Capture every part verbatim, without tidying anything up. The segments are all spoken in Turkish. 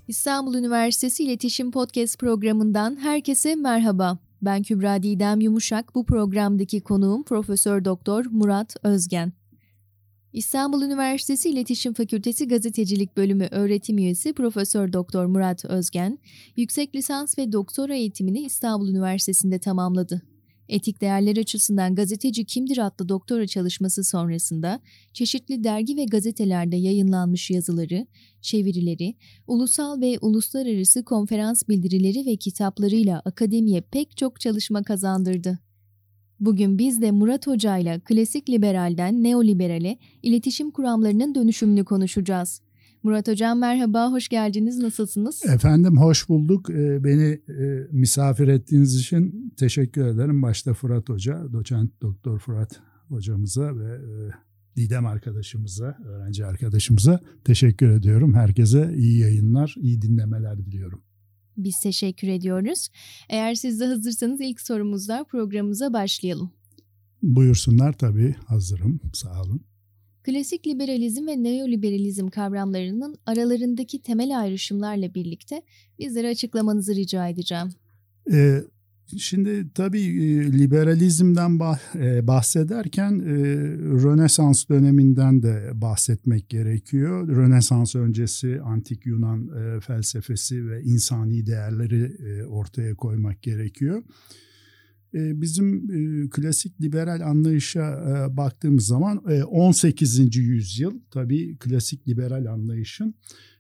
İstanbul Üniversitesi İletişim Podcast programından herkese merhaba. Ben Kübra Didem Yumuşak. Bu programdaki konuğum Profesör Doktor Murat Özgen. İstanbul Üniversitesi İletişim Fakültesi Gazetecilik Bölümü öğretim üyesi Profesör Doktor Murat Özgen, yüksek lisans ve doktora eğitimini İstanbul Üniversitesi'nde tamamladı. Etik değerler açısından gazeteci kimdir adlı doktora çalışması sonrasında çeşitli dergi ve gazetelerde yayınlanmış yazıları, çevirileri, ulusal ve uluslararası konferans bildirileri ve kitaplarıyla akademiye pek çok çalışma kazandırdı. Bugün biz de Murat Hoca ile klasik liberalden neoliberale iletişim kuramlarının dönüşümünü konuşacağız. Murat Hocam merhaba, hoş geldiniz. Nasılsınız? Efendim hoş bulduk. Beni misafir ettiğiniz için teşekkür ederim. Başta Fırat Hoca, doçent doktor Fırat hocamıza ve Didem arkadaşımıza, öğrenci arkadaşımıza teşekkür ediyorum. Herkese iyi yayınlar, iyi dinlemeler diliyorum. Biz teşekkür ediyoruz. Eğer siz de hazırsanız ilk sorumuzla programımıza başlayalım. Buyursunlar, tabii hazırım. Sağ olun. Klasik liberalizm ve neoliberalizm kavramlarının aralarındaki temel ayrışımlarla birlikte bizlere açıklamanızı rica edeceğim. Ee, şimdi tabii liberalizmden bahsederken Rönesans döneminden de bahsetmek gerekiyor. Rönesans öncesi antik Yunan felsefesi ve insani değerleri ortaya koymak gerekiyor. Bizim klasik liberal anlayışa baktığımız zaman on sekizinci yüzyıl tabii klasik liberal anlayışın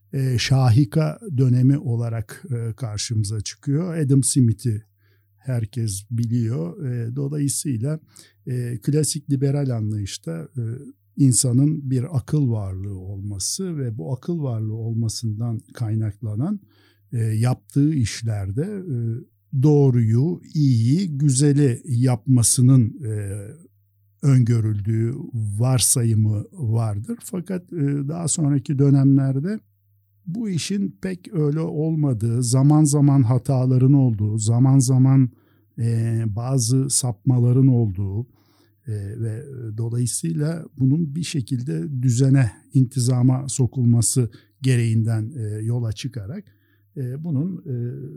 şahika dönemi olarak karşımıza çıkıyor. Adam Smith'i herkes biliyor. Dolayısıyla klasik liberal anlayışta insanın bir akıl varlığı olması ve bu akıl varlığı olmasından kaynaklanan yaptığı işlerde doğruyu, iyiyi, güzeli yapmasının e, öngörüldüğü varsayımı vardır. Fakat e, daha sonraki dönemlerde bu işin pek öyle olmadığı, zaman zaman hataların olduğu, zaman zaman e, bazı sapmaların olduğu e, ve dolayısıyla bunun bir şekilde düzene, intizama sokulması gereğinden e, yola çıkarak bunun e,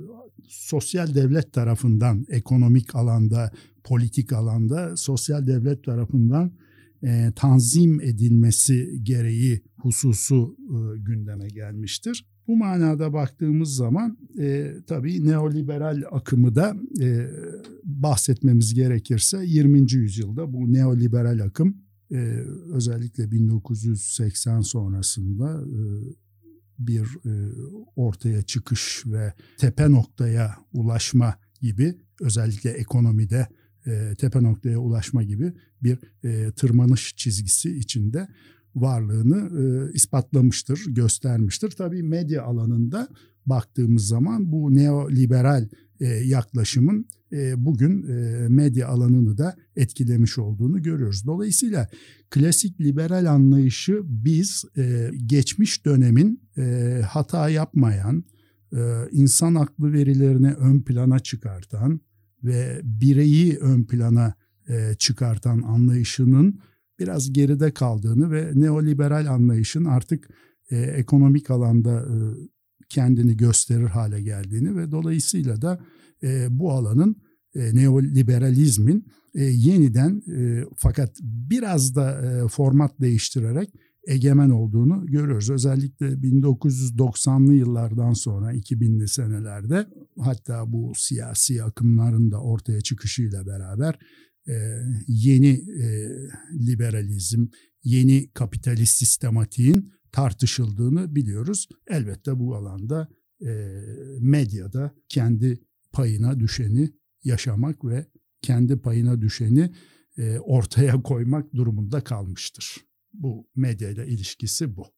sosyal devlet tarafından, ekonomik alanda, politik alanda sosyal devlet tarafından e, tanzim edilmesi gereği hususu e, gündeme gelmiştir. Bu manada baktığımız zaman e, tabii neoliberal akımı da e, bahsetmemiz gerekirse yirminci yüzyılda bu neoliberal akım e, özellikle bin dokuz yüz seksen sonrasında e, bir e, ortaya çıkış ve tepe noktaya ulaşma gibi, özellikle ekonomide e, tepe noktaya ulaşma gibi bir e, tırmanış çizgisi içinde varlığını e, ispatlamıştır, göstermiştir. Tabii medya alanında baktığımız zaman bu neoliberal e, yaklaşımın e, bugün e, medya alanını da etkilemiş olduğunu görüyoruz. Dolayısıyla klasik liberal anlayışı biz e, geçmiş dönemin e, hata yapmayan, e, insan aklı verilerini ön plana çıkartan ve bireyi ön plana e, çıkartan anlayışının biraz geride kaldığını ve neoliberal anlayışın artık e, ekonomik alanda e, kendini gösterir hale geldiğini ve dolayısıyla da e, bu alanın e, neoliberalizmin e, yeniden e, fakat biraz da e, format değiştirerek egemen olduğunu görüyoruz. Özellikle bin dokuz yüz doksanlı yıllardan sonra iki binli senelerde, hatta bu siyasi akımların da ortaya çıkışıyla beraber e, yeni e, liberalizm, yeni kapitalist sistematiğin tartışıldığını biliyoruz. Elbette bu alanda e, medyada kendi payına düşeni yaşamak ve kendi payına düşeni e, ortaya koymak durumunda kalmıştır. Bu medyayla ilişkisi bu.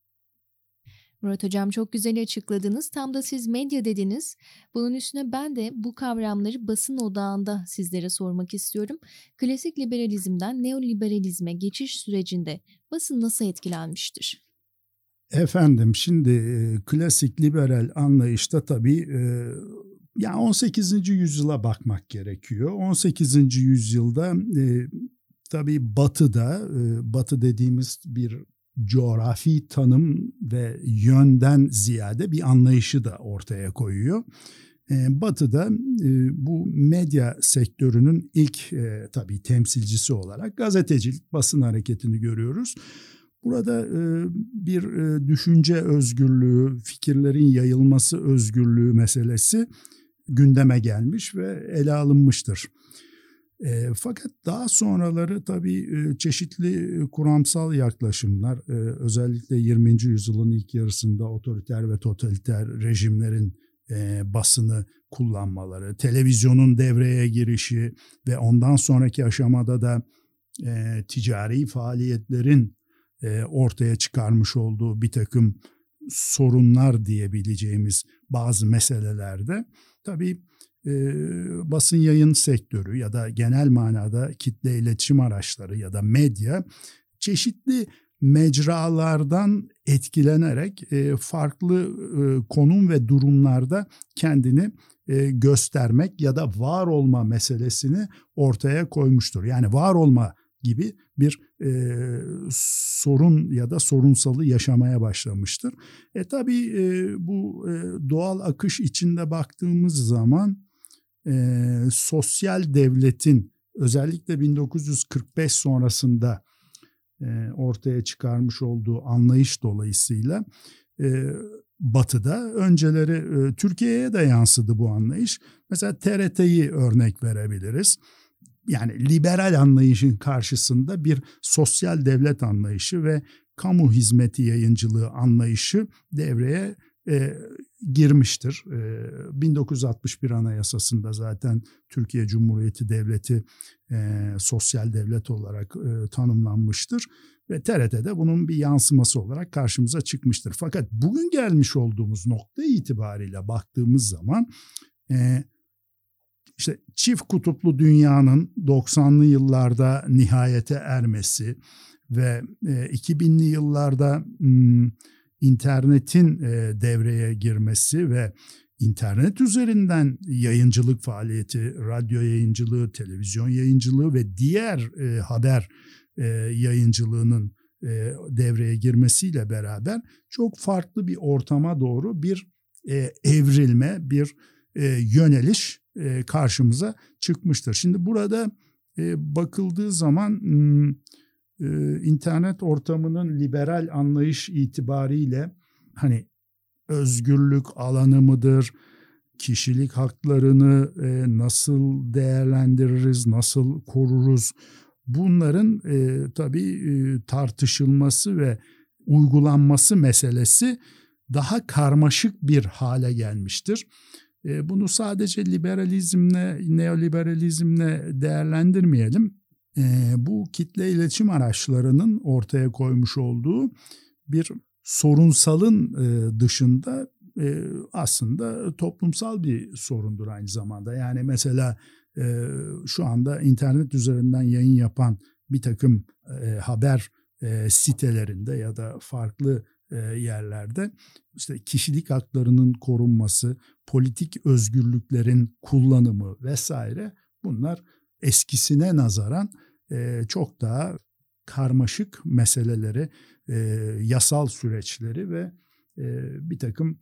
Murat Hocam çok güzel açıkladınız. Tam da siz medya dediniz. Bunun üstüne ben de bu kavramları basın odağında sizlere sormak istiyorum. Klasik liberalizmden neoliberalizme geçiş sürecinde basın nasıl etkilenmiştir? Efendim şimdi e, klasik liberal anlayışta tabii e, yani on sekizinci yüzyıla bakmak gerekiyor. on sekizinci yüzyılda e, tabii Batı'da, e, Batı dediğimiz bir coğrafi tanım ve yönden ziyade bir anlayışı da ortaya koyuyor. Batı'da bu medya sektörünün ilk e, tabii temsilcisi olarak gazetecilik, basın hareketini görüyoruz. Burada e, bir e, düşünce özgürlüğü, fikirlerin yayılması özgürlüğü meselesi gündeme gelmiş ve ele alınmıştır. E, fakat daha sonraları tabii e, çeşitli kuramsal yaklaşımlar, e, özellikle yirminci yüzyılın ilk yarısında otoriter ve totaliter rejimlerin e, basını kullanmaları, televizyonun devreye girişi ve ondan sonraki aşamada da e, ticari faaliyetlerin e, ortaya çıkarmış olduğu bir takım sorunlar diyebileceğimiz bazı meselelerde tabii e, basın yayın sektörü ya da genel manada kitle iletişim araçları ya da medya çeşitli mecralardan etkilenerek e, farklı e, konum ve durumlarda kendini e, göstermek ya da var olma meselesini ortaya koymuştur. Yani var olma gibi bir e, sorun ya da sorunsalı yaşamaya başlamıştır. E tabii e, bu e, doğal akış içinde baktığımız zaman e, sosyal devletin özellikle bin dokuz yüz kırk beş sonrasında e, ortaya çıkarmış olduğu anlayış dolayısıyla e, Batı'da önceleri e, Türkiye'ye de yansıdı bu anlayış. Mesela T R T'yi örnek verebiliriz. Yani liberal anlayışın karşısında bir sosyal devlet anlayışı ve kamu hizmeti yayıncılığı anlayışı devreye e, girmiştir. E, bin dokuz yüz altmış bir Anayasası'nda zaten Türkiye Cumhuriyeti Devleti e, sosyal devlet olarak e, tanımlanmıştır. Ve T R T'de bunun bir yansıması olarak karşımıza çıkmıştır. Fakat bugün gelmiş olduğumuz nokta itibariyle baktığımız zaman e, İşte çift kutuplu dünyanın doksanlı yıllarda nihayete ermesi ve iki binli yıllarda internetin devreye girmesi ve internet üzerinden yayıncılık faaliyeti, radyo yayıncılığı, televizyon yayıncılığı ve diğer haber yayıncılığının devreye girmesiyle beraber çok farklı bir ortama doğru bir evrilme, bir yöneliş karşımıza çıkmıştır. Şimdi burada bakıldığı zaman internet ortamının liberal anlayış itibariyle hani özgürlük alanı mıdır, kişilik haklarını nasıl değerlendiririz, nasıl koruruz, bunların tabii tartışılması ve uygulanması meselesi daha karmaşık bir hale gelmiştir. Bunu sadece liberalizmle, neoliberalizmle değerlendirmeyelim. Bu kitle iletişim araçlarının ortaya koymuş olduğu bir sorunsalın dışında aslında toplumsal bir sorundur aynı zamanda. Yani mesela şu anda internet üzerinden yayın yapan bir takım haber sitelerinde ya da farklı yerlerde işte kişilik haklarının korunması, politik özgürlüklerin kullanımı vesaire, bunlar eskisine nazaran çok daha karmaşık meseleleri, yasal süreçleri ve bir takım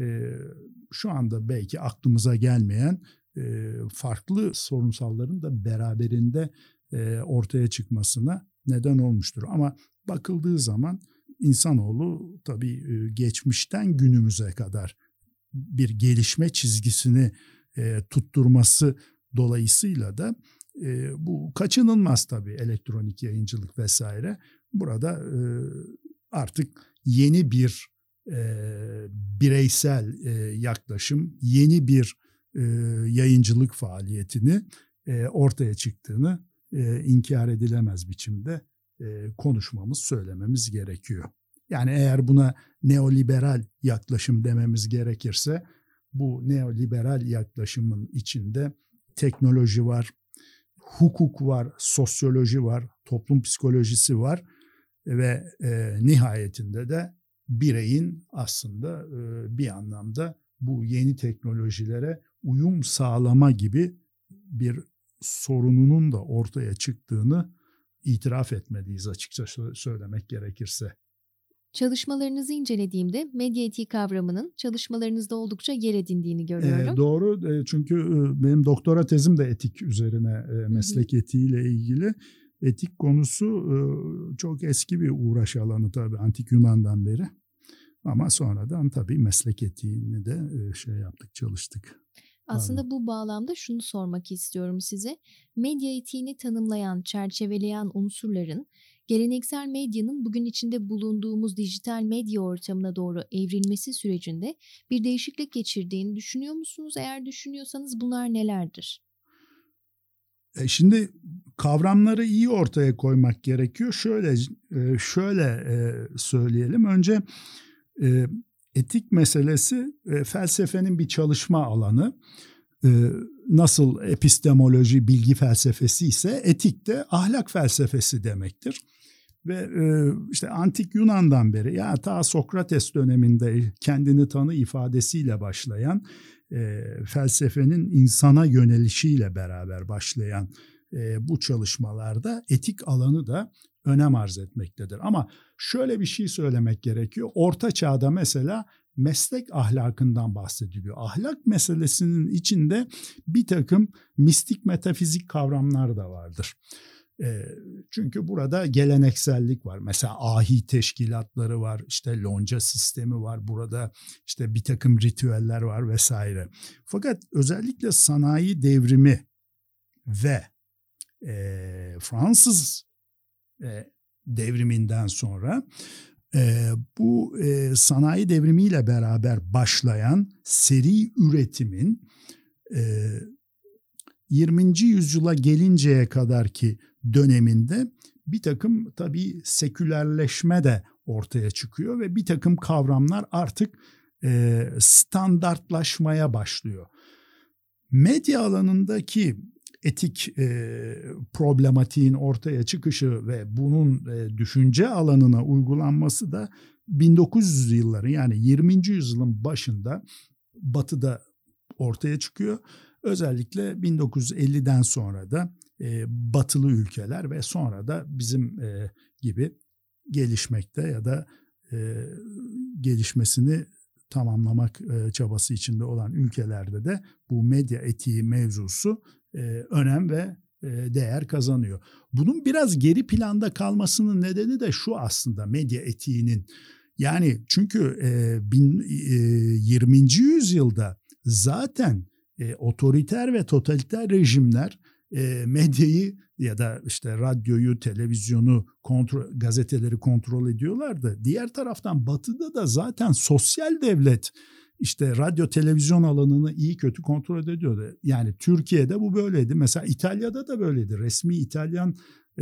şu anda belki aklımıza gelmeyen farklı sorunsalların da beraberinde ortaya çıkmasına neden olmuştur. Ama bakıldığı zaman İnsanoğlu tabii geçmişten günümüze kadar bir gelişme çizgisini e, tutturması dolayısıyla da e, bu kaçınılmaz tabii, elektronik yayıncılık vesaire. Burada e, artık yeni bir e, bireysel e, yaklaşım, yeni bir e, yayıncılık faaliyetini e, ortaya çıktığını e, inkar edilemez biçimde konuşmamız, söylememiz gerekiyor. Yani eğer buna neoliberal yaklaşım dememiz gerekirse, bu neoliberal yaklaşımın içinde teknoloji var, hukuk var, sosyoloji var, toplum psikolojisi var ve e, nihayetinde de bireyin aslında e, bir anlamda bu yeni teknolojilere uyum sağlama gibi bir sorununun da ortaya çıktığını itiraf etmeliyiz, açıkça söylemek gerekirse. Çalışmalarınızı incelediğimde medya etiği kavramının çalışmalarınızda oldukça yer edindiğini görüyorum. E, doğru e, çünkü e, benim doktora tezim de etik üzerine e, meslek hı hı. etiğiyle ilgili. Etik konusu e, çok eski bir uğraş alanı tabii antik Yunan'dan beri. Ama sonradan tabii meslek etiğini de e, şey yaptık, çalıştık. Aslında Pardon. Bu bağlamda şunu sormak istiyorum size. Medya etiğini tanımlayan, çerçeveleyen unsurların geleneksel medyanın bugün içinde bulunduğumuz dijital medya ortamına doğru evrilmesi sürecinde bir değişiklik geçirdiğini düşünüyor musunuz? Eğer düşünüyorsanız bunlar nelerdir? E şimdi kavramları iyi ortaya koymak gerekiyor. Şöyle şöyle söyleyelim. Önce etik meselesi felsefenin bir çalışma alanı. Nasıl epistemoloji bilgi felsefesi ise etik de ahlak felsefesi demektir. Ve işte antik Yunan'dan beri ya ta Sokrates döneminde kendini tanı ifadesiyle başlayan e, felsefenin insana yönelişiyle beraber başlayan e, bu çalışmalarda etik alanı da önem arz etmektedir. Ama şöyle bir şey söylemek gerekiyor. Orta Çağ'da mesela meslek ahlakından bahsediliyor. Ahlak meselesinin içinde bir takım mistik metafizik kavramlar da vardır. E, çünkü burada geleneksellik var. Mesela ahi teşkilatları var, işte lonca sistemi var, burada işte bir takım ritüeller var vesaire. Fakat özellikle sanayi devrimi ve e, Fransız e, devriminden sonra e, bu e, sanayi devrimiyle beraber başlayan seri üretimin e, yirminci yüzyıla gelinceye kadar ki döneminde bir takım tabii sekülerleşme de ortaya çıkıyor ve bir takım kavramlar artık e, standartlaşmaya başlıyor. Medya alanındaki etik e, problematiğin ortaya çıkışı ve bunun e, düşünce alanına uygulanması da bin dokuz yüz yılların yani yirminci yüzyılın başında Batı'da ortaya çıkıyor. Özellikle bin dokuz yüz elliden sonra da e, batılı ülkeler ve sonra da bizim e, gibi gelişmekte ya da e, gelişmesini tamamlamak e, çabası içinde olan ülkelerde de bu medya etiği mevzusu e, önem ve e, değer kazanıyor. Bunun biraz geri planda kalmasının nedeni de şu aslında medya etiğinin. Yani çünkü e, bin, e, yirminci yüzyılda zaten E, otoriter ve totaliter rejimler e, medyayı ya da işte radyoyu, televizyonu, kontrol, gazeteleri kontrol ediyorlardı. Diğer taraftan Batı'da da zaten sosyal devlet işte radyo, televizyon alanını iyi kötü kontrol ediyordu. Yani Türkiye'de bu böyleydi. Mesela İtalya'da da böyleydi. Resmi İtalyan e,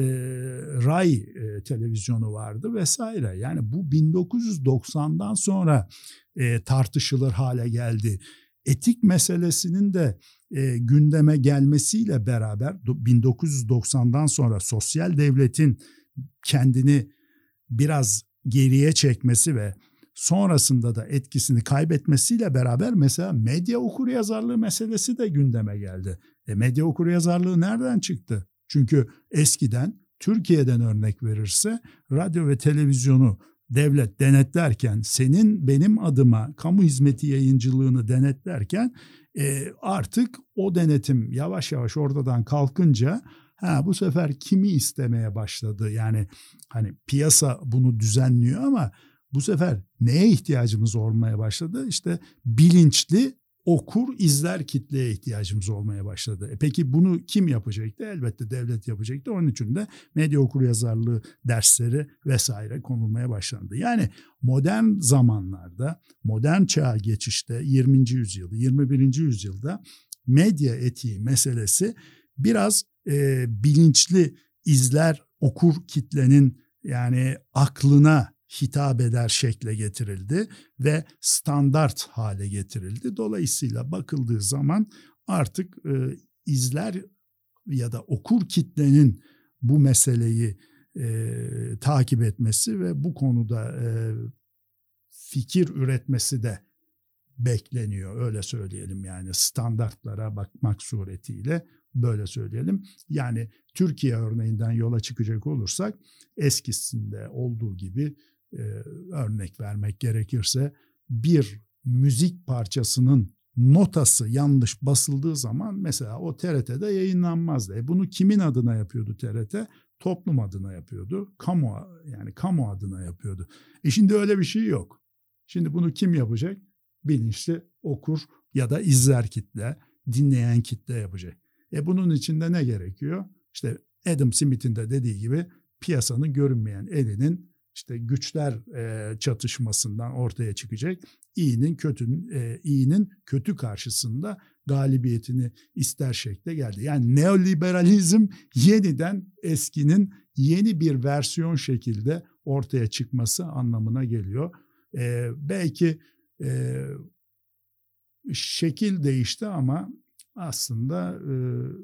Rai e, televizyonu vardı vesaire. Yani bu bin dokuz yüz doksandan sonra e, tartışılır hale geldi. Etik meselesinin de e, gündeme gelmesiyle beraber bin dokuz yüz doksandan sonra sosyal devletin kendini biraz geriye çekmesi ve sonrasında da etkisini kaybetmesiyle beraber mesela medya okuryazarlığı meselesi de gündeme geldi. E, medya okuryazarlığı nereden çıktı? Çünkü eskiden Türkiye'den örnek verirse radyo ve televizyonu devlet denetlerken senin benim adıma kamu hizmeti yayıncılığını denetlerken e, artık o denetim yavaş yavaş ortadan kalkınca ha bu sefer kimi istemeye başladı? Yani hani piyasa bunu düzenliyor ama bu sefer neye ihtiyacımız olmaya başladı? İşte bilinçli okur, izler kitleye ihtiyacımız olmaya başladı. E peki bunu kim yapacaktı? Elbette devlet yapacaktı. Onun için de medya okuryazarlığı dersleri vesaire konulmaya başlandı. Yani modern zamanlarda, modern çağa geçişte yirminci yüzyılda, yirmi birinci yüzyılda medya etiği meselesi biraz e, bilinçli izler okur kitlenin yani aklına hitap eder şekle getirildi ve standart hale getirildi. Dolayısıyla bakıldığı zaman artık e, izler ya da okur kitlenin bu meseleyi e, takip etmesi ve bu konuda e, fikir üretmesi de bekleniyor. Öyle söyleyelim yani standartlara bakmak suretiyle böyle söyleyelim. Yani Türkiye örneğinden yola çıkacak olursak eskisinde olduğu gibi e, örnek vermek gerekirse bir müzik parçasının notası yanlış basıldığı zaman mesela o T R T'de yayınlanmazdı. E bunu kimin adına yapıyordu T R T? Toplum adına yapıyordu. Kamu, yani kamu adına yapıyordu. E şimdi öyle bir şey yok. Şimdi bunu kim yapacak? Bilinçli okur ya da izler kitle, dinleyen kitle yapacak. E bunun için de ne gerekiyor? İşte Adam Smith'in de dediği gibi piyasanın görünmeyen elinin işte güçler e, çatışmasından ortaya çıkacak. İyinin kötünün e, iyinin kötü karşısında galibiyetini ister şekle geldi. Yani neoliberalizm yeniden eskinin yeni bir versiyon şekilde ortaya çıkması anlamına geliyor. E, belki e, şekil değişti ama aslında e,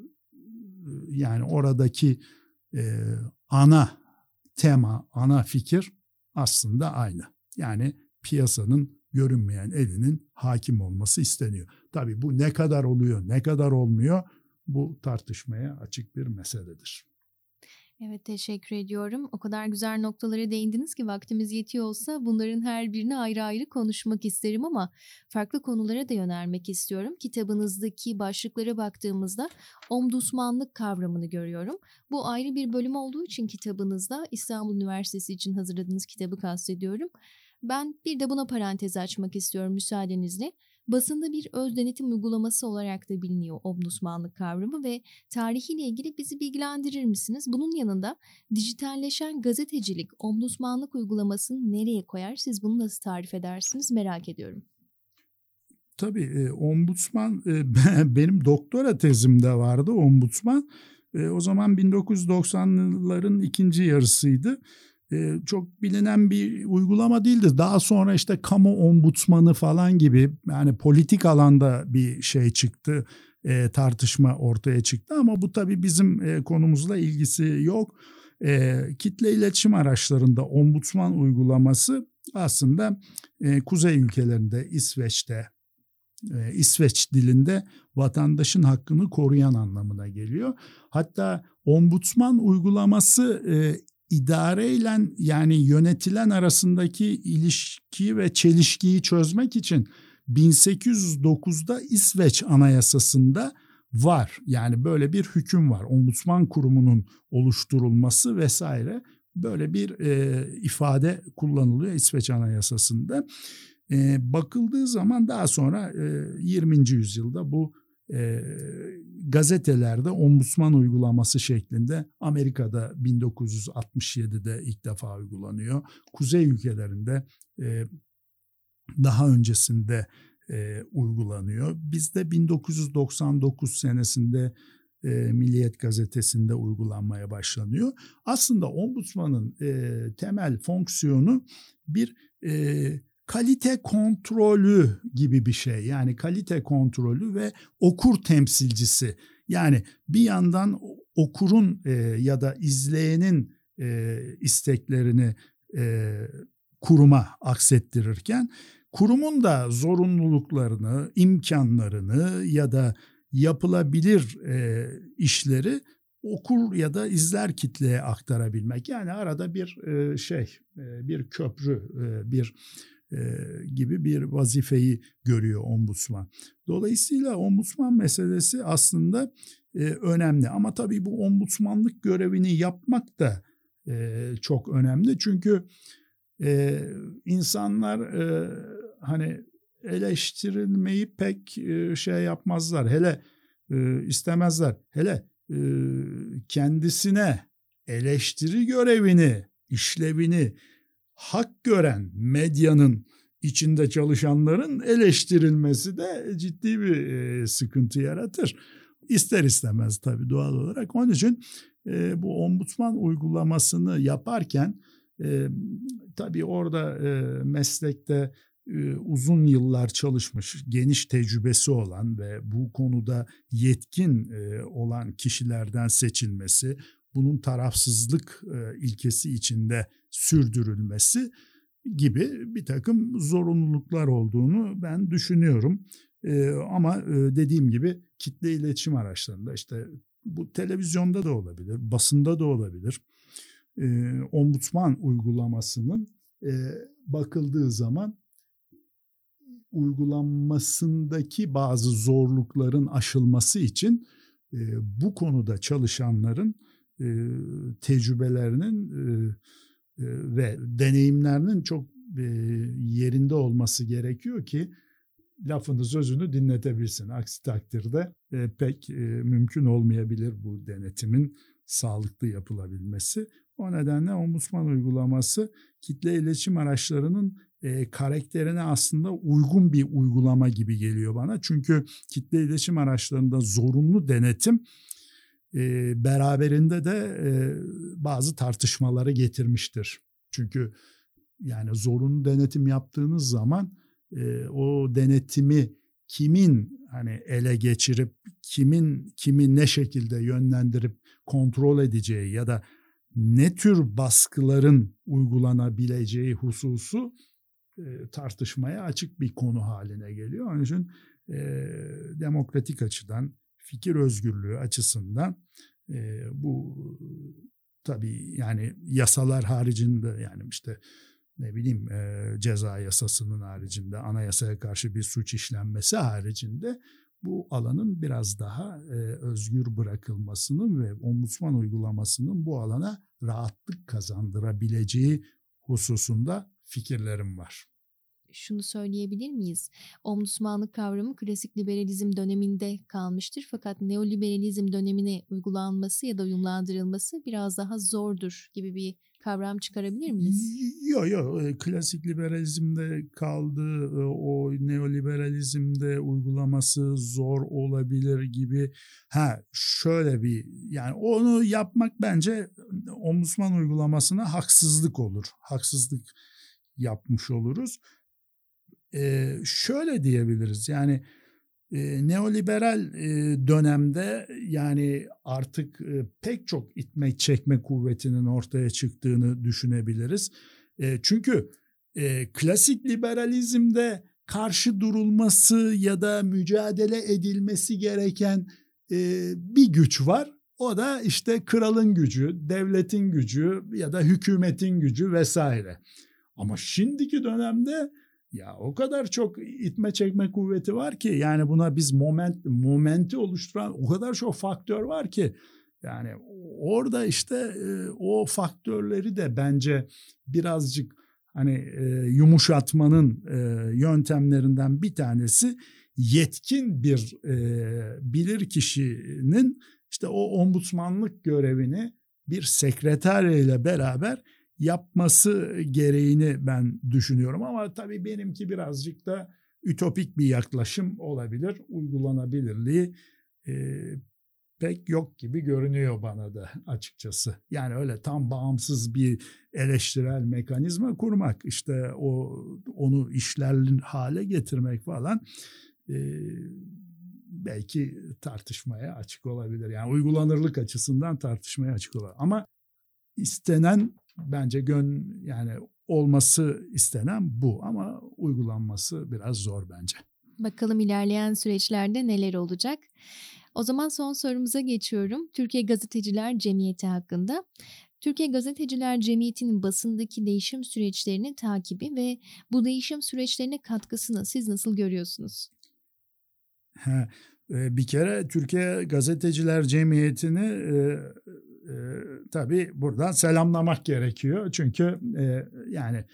yani oradaki e, ana tema, ana fikir aslında aynı. Yani piyasanın görünmeyen elinin hakim olması isteniyor. Tabii bu ne kadar oluyor, ne kadar olmuyor bu tartışmaya açık bir meseledir. Evet, teşekkür ediyorum. O kadar güzel noktalara değindiniz ki vaktimiz yetiyor olsa bunların her birini ayrı ayrı konuşmak isterim ama farklı konulara da yönelmek istiyorum. Kitabınızdaki başlıklara baktığımızda ombudsmanlık kavramını görüyorum. Bu ayrı bir bölüm olduğu için kitabınızda İstanbul Üniversitesi için hazırladığınız kitabı kastediyorum. Ben bir de buna parantez açmak istiyorum müsaadenizle. Basında bir öz denetim uygulaması olarak da biliniyor ombudsmanlık kavramı ve tarihiyle ilgili bizi bilgilendirir misiniz? Bunun yanında dijitalleşen gazetecilik ombudsmanlık uygulamasını nereye koyar? Siz bunu nasıl tarif edersiniz? Merak ediyorum. Tabii e, ombudsman e, benim doktora tezimde vardı ombudsman. E, o zaman bin dokuz yüz doksanların ikinci yarısıydı. Ee, çok bilinen bir uygulama değildi. Daha sonra işte kamu ombudsmanı falan gibi yani politik alanda bir şey çıktı, e, tartışma ortaya çıktı ama bu tabii bizim e, konumuzla ilgisi yok. E, kitle iletişim araçlarında ombudsman uygulaması aslında e, kuzey ülkelerinde, İsveç'te, e, İsveç dilinde vatandaşın hakkını koruyan anlamına geliyor. Hatta ombudsman uygulaması e, İdareyle yani yönetilen arasındaki ilişkiyi ve çelişkiyi çözmek için bin sekiz yüz dokuzda İsveç Anayasası'nda var. Yani böyle bir hüküm var. Ombudsman kurumunun oluşturulması vesaire böyle bir e, ifade kullanılıyor İsveç Anayasası'nda. E, bakıldığı zaman daha sonra e, yirminci yüzyılda bu e, gazetelerde ombudsman uygulaması şeklinde Amerika'da bin dokuz yüz altmış yedide ilk defa uygulanıyor. Kuzey ülkelerinde e, daha öncesinde e, uygulanıyor. Bizde bin dokuz yüz doksan dokuz senesinde e, Milliyet Gazetesi'nde uygulanmaya başlanıyor. Aslında ombudsmanın e, temel fonksiyonu bir e, kalite kontrolü gibi bir şey. Yani kalite kontrolü ve okur temsilcisi. Yani bir yandan okurun e, ya da izleyenin e, isteklerini e, kuruma aksettirirken kurumun da zorunluluklarını, imkanlarını ya da yapılabilir e, işleri okur ya da izler kitleye aktarabilmek. Yani arada bir e, şey, e, bir köprü, e, bir e, gibi bir vazifeyi görüyor ombudsman. Dolayısıyla ombudsman meselesi aslında e, önemli. Ama tabii bu ombudsmanlık görevini yapmak da e, çok önemli. Çünkü e, insanlar e, hani eleştirilmeyi pek e, şey yapmazlar. Hele e, istemezler. Hele e, kendisine eleştiri görevini, işlevini hak gören medyanın içinde çalışanların eleştirilmesi de ciddi bir e, sıkıntı yaratır. İster istemez tabii doğal olarak. Onun için e, bu ombudsman uygulamasını yaparken e, tabii orada e, meslekte e, uzun yıllar çalışmış, geniş tecrübesi olan ve bu konuda yetkin e, olan kişilerden seçilmesi, bunun tarafsızlık e, ilkesi içinde sürdürülmesi gibi bir takım zorunluluklar olduğunu ben düşünüyorum. E, ama e, dediğim gibi kitle iletişim araçlarında işte bu televizyonda da olabilir, basında da olabilir. E, ombudsman uygulamasının e, bakıldığı zaman uygulanmasındaki bazı zorlukların aşılması için e, bu konuda çalışanların e, tecrübelerinin e, e, ve deneyimlerinin çok e, yerinde olması gerekiyor ki lafını sözünü dinletebilsin. Aksi takdirde e, pek e, mümkün olmayabilir bu denetimin sağlıklı yapılabilmesi. O nedenle ombudsman uygulaması kitle iletişim araçlarının e, karakterine aslında uygun bir uygulama gibi geliyor bana. Çünkü kitle iletişim araçlarında zorunlu denetim e, beraberinde de e, bazı tartışmaları getirmiştir. Çünkü yani zorunlu denetim yaptığınız zaman e, o denetimi kimin hani ele geçirip kimin kimi ne şekilde yönlendirip kontrol edeceği ya da ne tür baskıların uygulanabileceği hususu e, tartışmaya açık bir konu haline geliyor. Onun için e, demokratik açıdan, fikir özgürlüğü açısından e, bu tabii yani yasalar haricinde yani işte ne bileyim e, ceza yasasının haricinde, anayasaya karşı bir suç işlenmesi haricinde bu alanın biraz daha e, özgür bırakılmasının ve ombudsman uygulamasının bu alana rahatlık kazandırabileceği hususunda fikirlerim var. Şunu söyleyebilir miyiz? Ombudsmanlık kavramı klasik liberalizm döneminde kalmıştır. Fakat neoliberalizm dönemine uygulanması ya da uyumlandırılması biraz daha zordur gibi bir kavram çıkarabilir miyiz? Yok yok. Klasik liberalizmde kaldı. O neoliberalizmde uygulaması zor olabilir gibi. Ha şöyle bir yani onu yapmak bence ombudsman uygulamasına haksızlık olur. Haksızlık yapmış oluruz. Ee, şöyle diyebiliriz yani e, neoliberal e, dönemde yani artık e, pek çok itme çekme kuvvetinin ortaya çıktığını düşünebiliriz. E, çünkü e, klasik liberalizmde karşı durulması ya da mücadele edilmesi gereken e, bir güç var. O da işte kralın gücü, devletin gücü ya da hükümetin gücü vesaire. Ama şimdiki dönemde ya o kadar çok itme çekme kuvveti var ki yani buna biz moment momenti oluşturan o kadar çok faktör var ki yani orada işte e, o faktörleri de bence birazcık hani e, yumuşatmanın e, yöntemlerinden bir tanesi yetkin bir e, bilirkişinin işte o ombudsmanlık görevini bir sekreterle beraber yapması gereğini ben düşünüyorum ama tabii benimki birazcık da ütopik bir yaklaşım olabilir. Uygulanabilirliği e, pek yok gibi görünüyor bana da açıkçası. Yani öyle tam bağımsız bir eleştirel mekanizma kurmak, işte o onu işlerli hale getirmek falan e, belki tartışmaya açık olabilir. Yani uygulanırlık açısından tartışmaya açık olabilir. Ama istenen bence gön yani olması istenen bu ama uygulanması biraz zor bence. Bakalım ilerleyen süreçlerde neler olacak? O zaman son sorumuza geçiyorum. Türkiye Gazeteciler Cemiyeti hakkında. Türkiye Gazeteciler Cemiyeti'nin basındaki değişim süreçlerini takibi ve bu değişim süreçlerine katkısını siz nasıl görüyorsunuz? Ha, bir kere Türkiye Gazeteciler Cemiyeti'ni e, e, tabii buradan selamlamak gerekiyor. Çünkü e, yani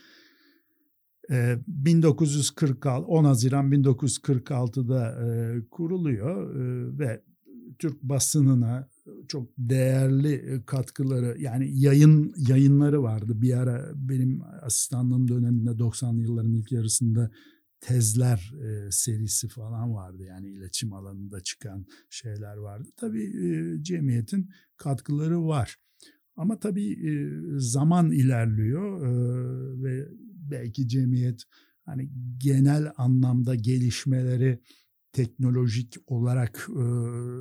e, bin dokuz yüz kırk altı on Haziran bin dokuz yüz kırk altıda e, kuruluyor e, ve Türk basınına çok değerli katkıları yani yayın yayınları vardı. Bir ara benim asistanlığım döneminde doksanlı yılların ilk yarısında tezler e, serisi falan vardı. Yani iletişim alanında çıkan şeyler vardı. Tabii e, cemiyetin katkıları var. Ama tabii e, zaman ilerliyor e, ve belki cemiyet hani genel anlamda gelişmeleri teknolojik olarak e,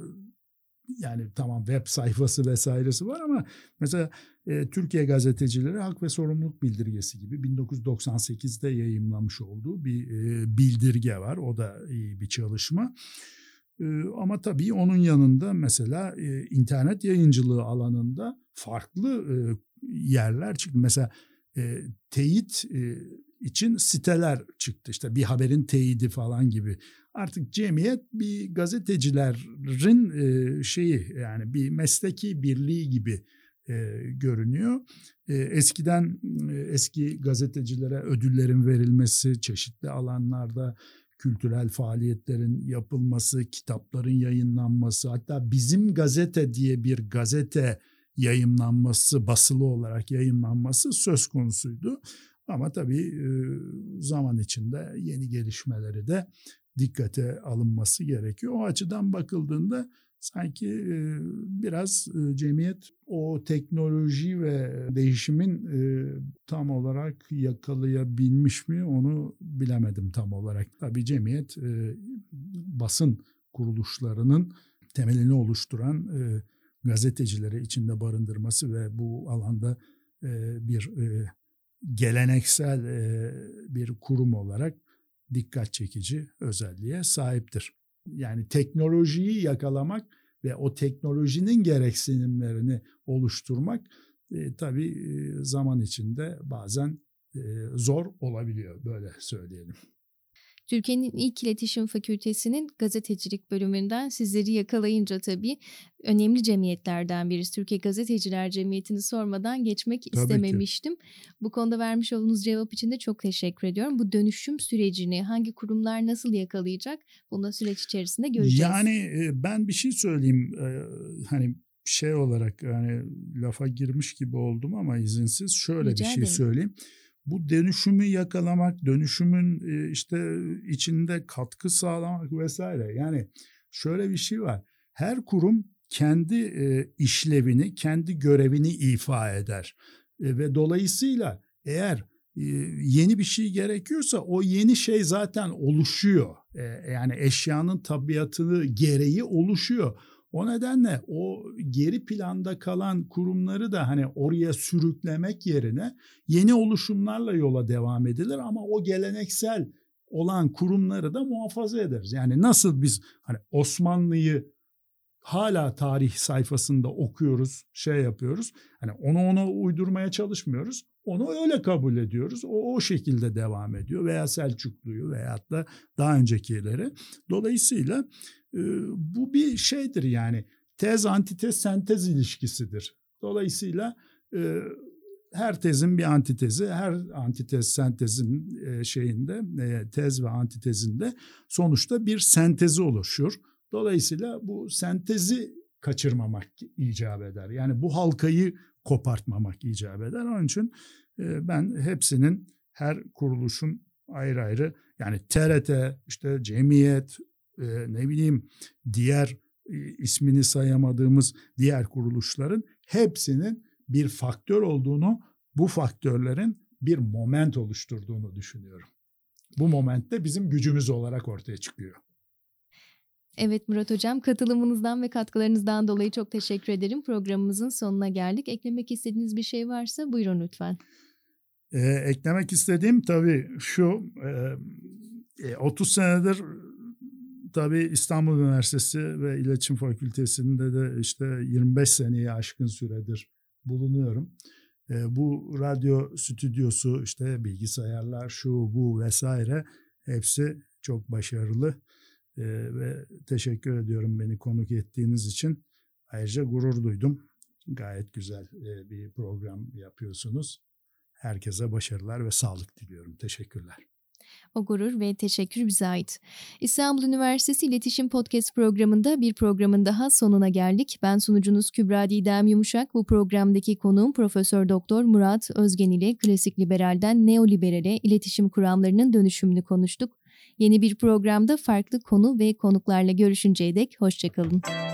yani tamam web sayfası vesairesi var ama mesela e, Türkiye Gazetecileri Hak ve Sorumluluk Bildirgesi gibi bin dokuz yüz doksan sekizde yayımlamış olduğu bir e, bildirge var. O da iyi bir çalışma. E, ama tabii onun yanında mesela e, internet yayıncılığı alanında farklı e, yerler çıktı. Mesela e, teyit e, için siteler çıktı. İşte bir haberin teyidi falan gibi. Artık cemiyet bir gazetecilerin e, şeyi, yani bir mesleki birliği gibi e, görünüyor. E, eskiden e, eski gazetecilere ödüllerin verilmesi, çeşitli alanlarda kültürel faaliyetlerin yapılması, kitapların yayınlanması, hatta Bizim Gazete diye bir gazete yayınlanması, basılı olarak yayınlanması söz konusuydu. Ama tabii zaman içinde yeni gelişmeleri de dikkate alınması gerekiyor. O açıdan bakıldığında sanki biraz cemiyet o teknoloji ve değişimin tam olarak yakalayabilmiş mi onu bilemedim tam olarak. Tabii cemiyet basın kuruluşlarının temelini oluşturan gazetecileri içinde barındırması ve bu alanda bir geleneksel bir kurum olarak dikkat çekici özelliğe sahiptir. Yani teknolojiyi yakalamak ve o teknolojinin gereksinimlerini oluşturmak e, tabii e, zaman içinde bazen e, zor olabiliyor, böyle söyleyelim. Türkiye'nin ilk iletişim fakültesinin gazetecilik bölümünden sizleri yakalayınca tabii önemli cemiyetlerden birisi. Türkiye Gazeteciler Cemiyeti'ni sormadan geçmek tabii istememiştim. Ki. Bu konuda vermiş olduğunuz cevap için de çok teşekkür ediyorum. Bu dönüşüm sürecini hangi kurumlar nasıl yakalayacak? Bunu süreç içerisinde göreceğiz. Yani ben bir şey söyleyeyim. Hani şey olarak, yani lafa girmiş gibi oldum ama izinsiz şöyle Rica bir şey ederim. söyleyeyim. Bu dönüşümü yakalamak, dönüşümün işte içinde katkı sağlamak vesaire. Yani şöyle bir şey var. Her kurum kendi işlevini, kendi görevini ifa eder. Ve dolayısıyla eğer yeni bir şey gerekiyorsa o yeni şey zaten oluşuyor. Yani eşyanın tabiatını gereği oluşuyor. O nedenle o geri planda kalan kurumları da hani oraya sürüklemek yerine yeni oluşumlarla yola devam edilir ama o geleneksel olan kurumları da muhafaza ederiz. Yani nasıl biz hani Osmanlı'yı hala tarih sayfasında okuyoruz, şey yapıyoruz. Hani onu ona uydurmaya çalışmıyoruz. Onu öyle kabul ediyoruz. O o şekilde devam ediyor veya Selçuklu'yu veyahut da daha öncekileri. Dolayısıyla e, bu bir şeydir, yani tez antitez sentez ilişkisidir. Dolayısıyla e, her tezin bir antitezi, her antitez sentezin e, şeyinde e, tez ve antitezinde sonuçta bir sentezi oluşur. Dolayısıyla bu sentezi kaçırmamak icap eder. Yani bu halkayı kopartmamak icap eder. Onun için ben hepsinin, her kuruluşun ayrı ayrı, yani T R T, işte cemiyet, ne bileyim diğer ismini sayamadığımız diğer kuruluşların hepsinin bir faktör olduğunu, bu faktörlerin bir moment oluşturduğunu düşünüyorum. Bu moment de bizim gücümüz olarak ortaya çıkıyor. Evet Murat Hocam, katılımınızdan ve katkılarınızdan dolayı çok teşekkür ederim. Programımızın sonuna geldik. Eklemek istediğiniz bir şey varsa buyurun lütfen. Ee, eklemek istediğim tabii şu, e, otuz senedir tabii İstanbul Üniversitesi ve İletişim Fakültesi'nde de işte yirmi beş seneyi aşkın süredir bulunuyorum. E, bu radyo stüdyosu, işte bilgisayarlar, şu bu vesaire hepsi çok başarılı. Ee, ve teşekkür ediyorum beni konuk ettiğiniz için. Ayrıca gurur duydum. Gayet güzel e, bir program yapıyorsunuz. Herkese başarılar ve sağlık diliyorum. Teşekkürler. O gurur ve teşekkür bize ait. İstanbul Üniversitesi İletişim Podcast programında bir programın daha sonuna geldik. Ben sunucunuz Kübra Didem Yumuşak. Bu programdaki konuğum Profesör Doktor Murat Özgen ile klasik liberalden neoliberale iletişim kuramlarının dönüşümünü konuştuk. Yeni bir programda farklı konu ve konuklarla görüşünceye dek hoşça kalın.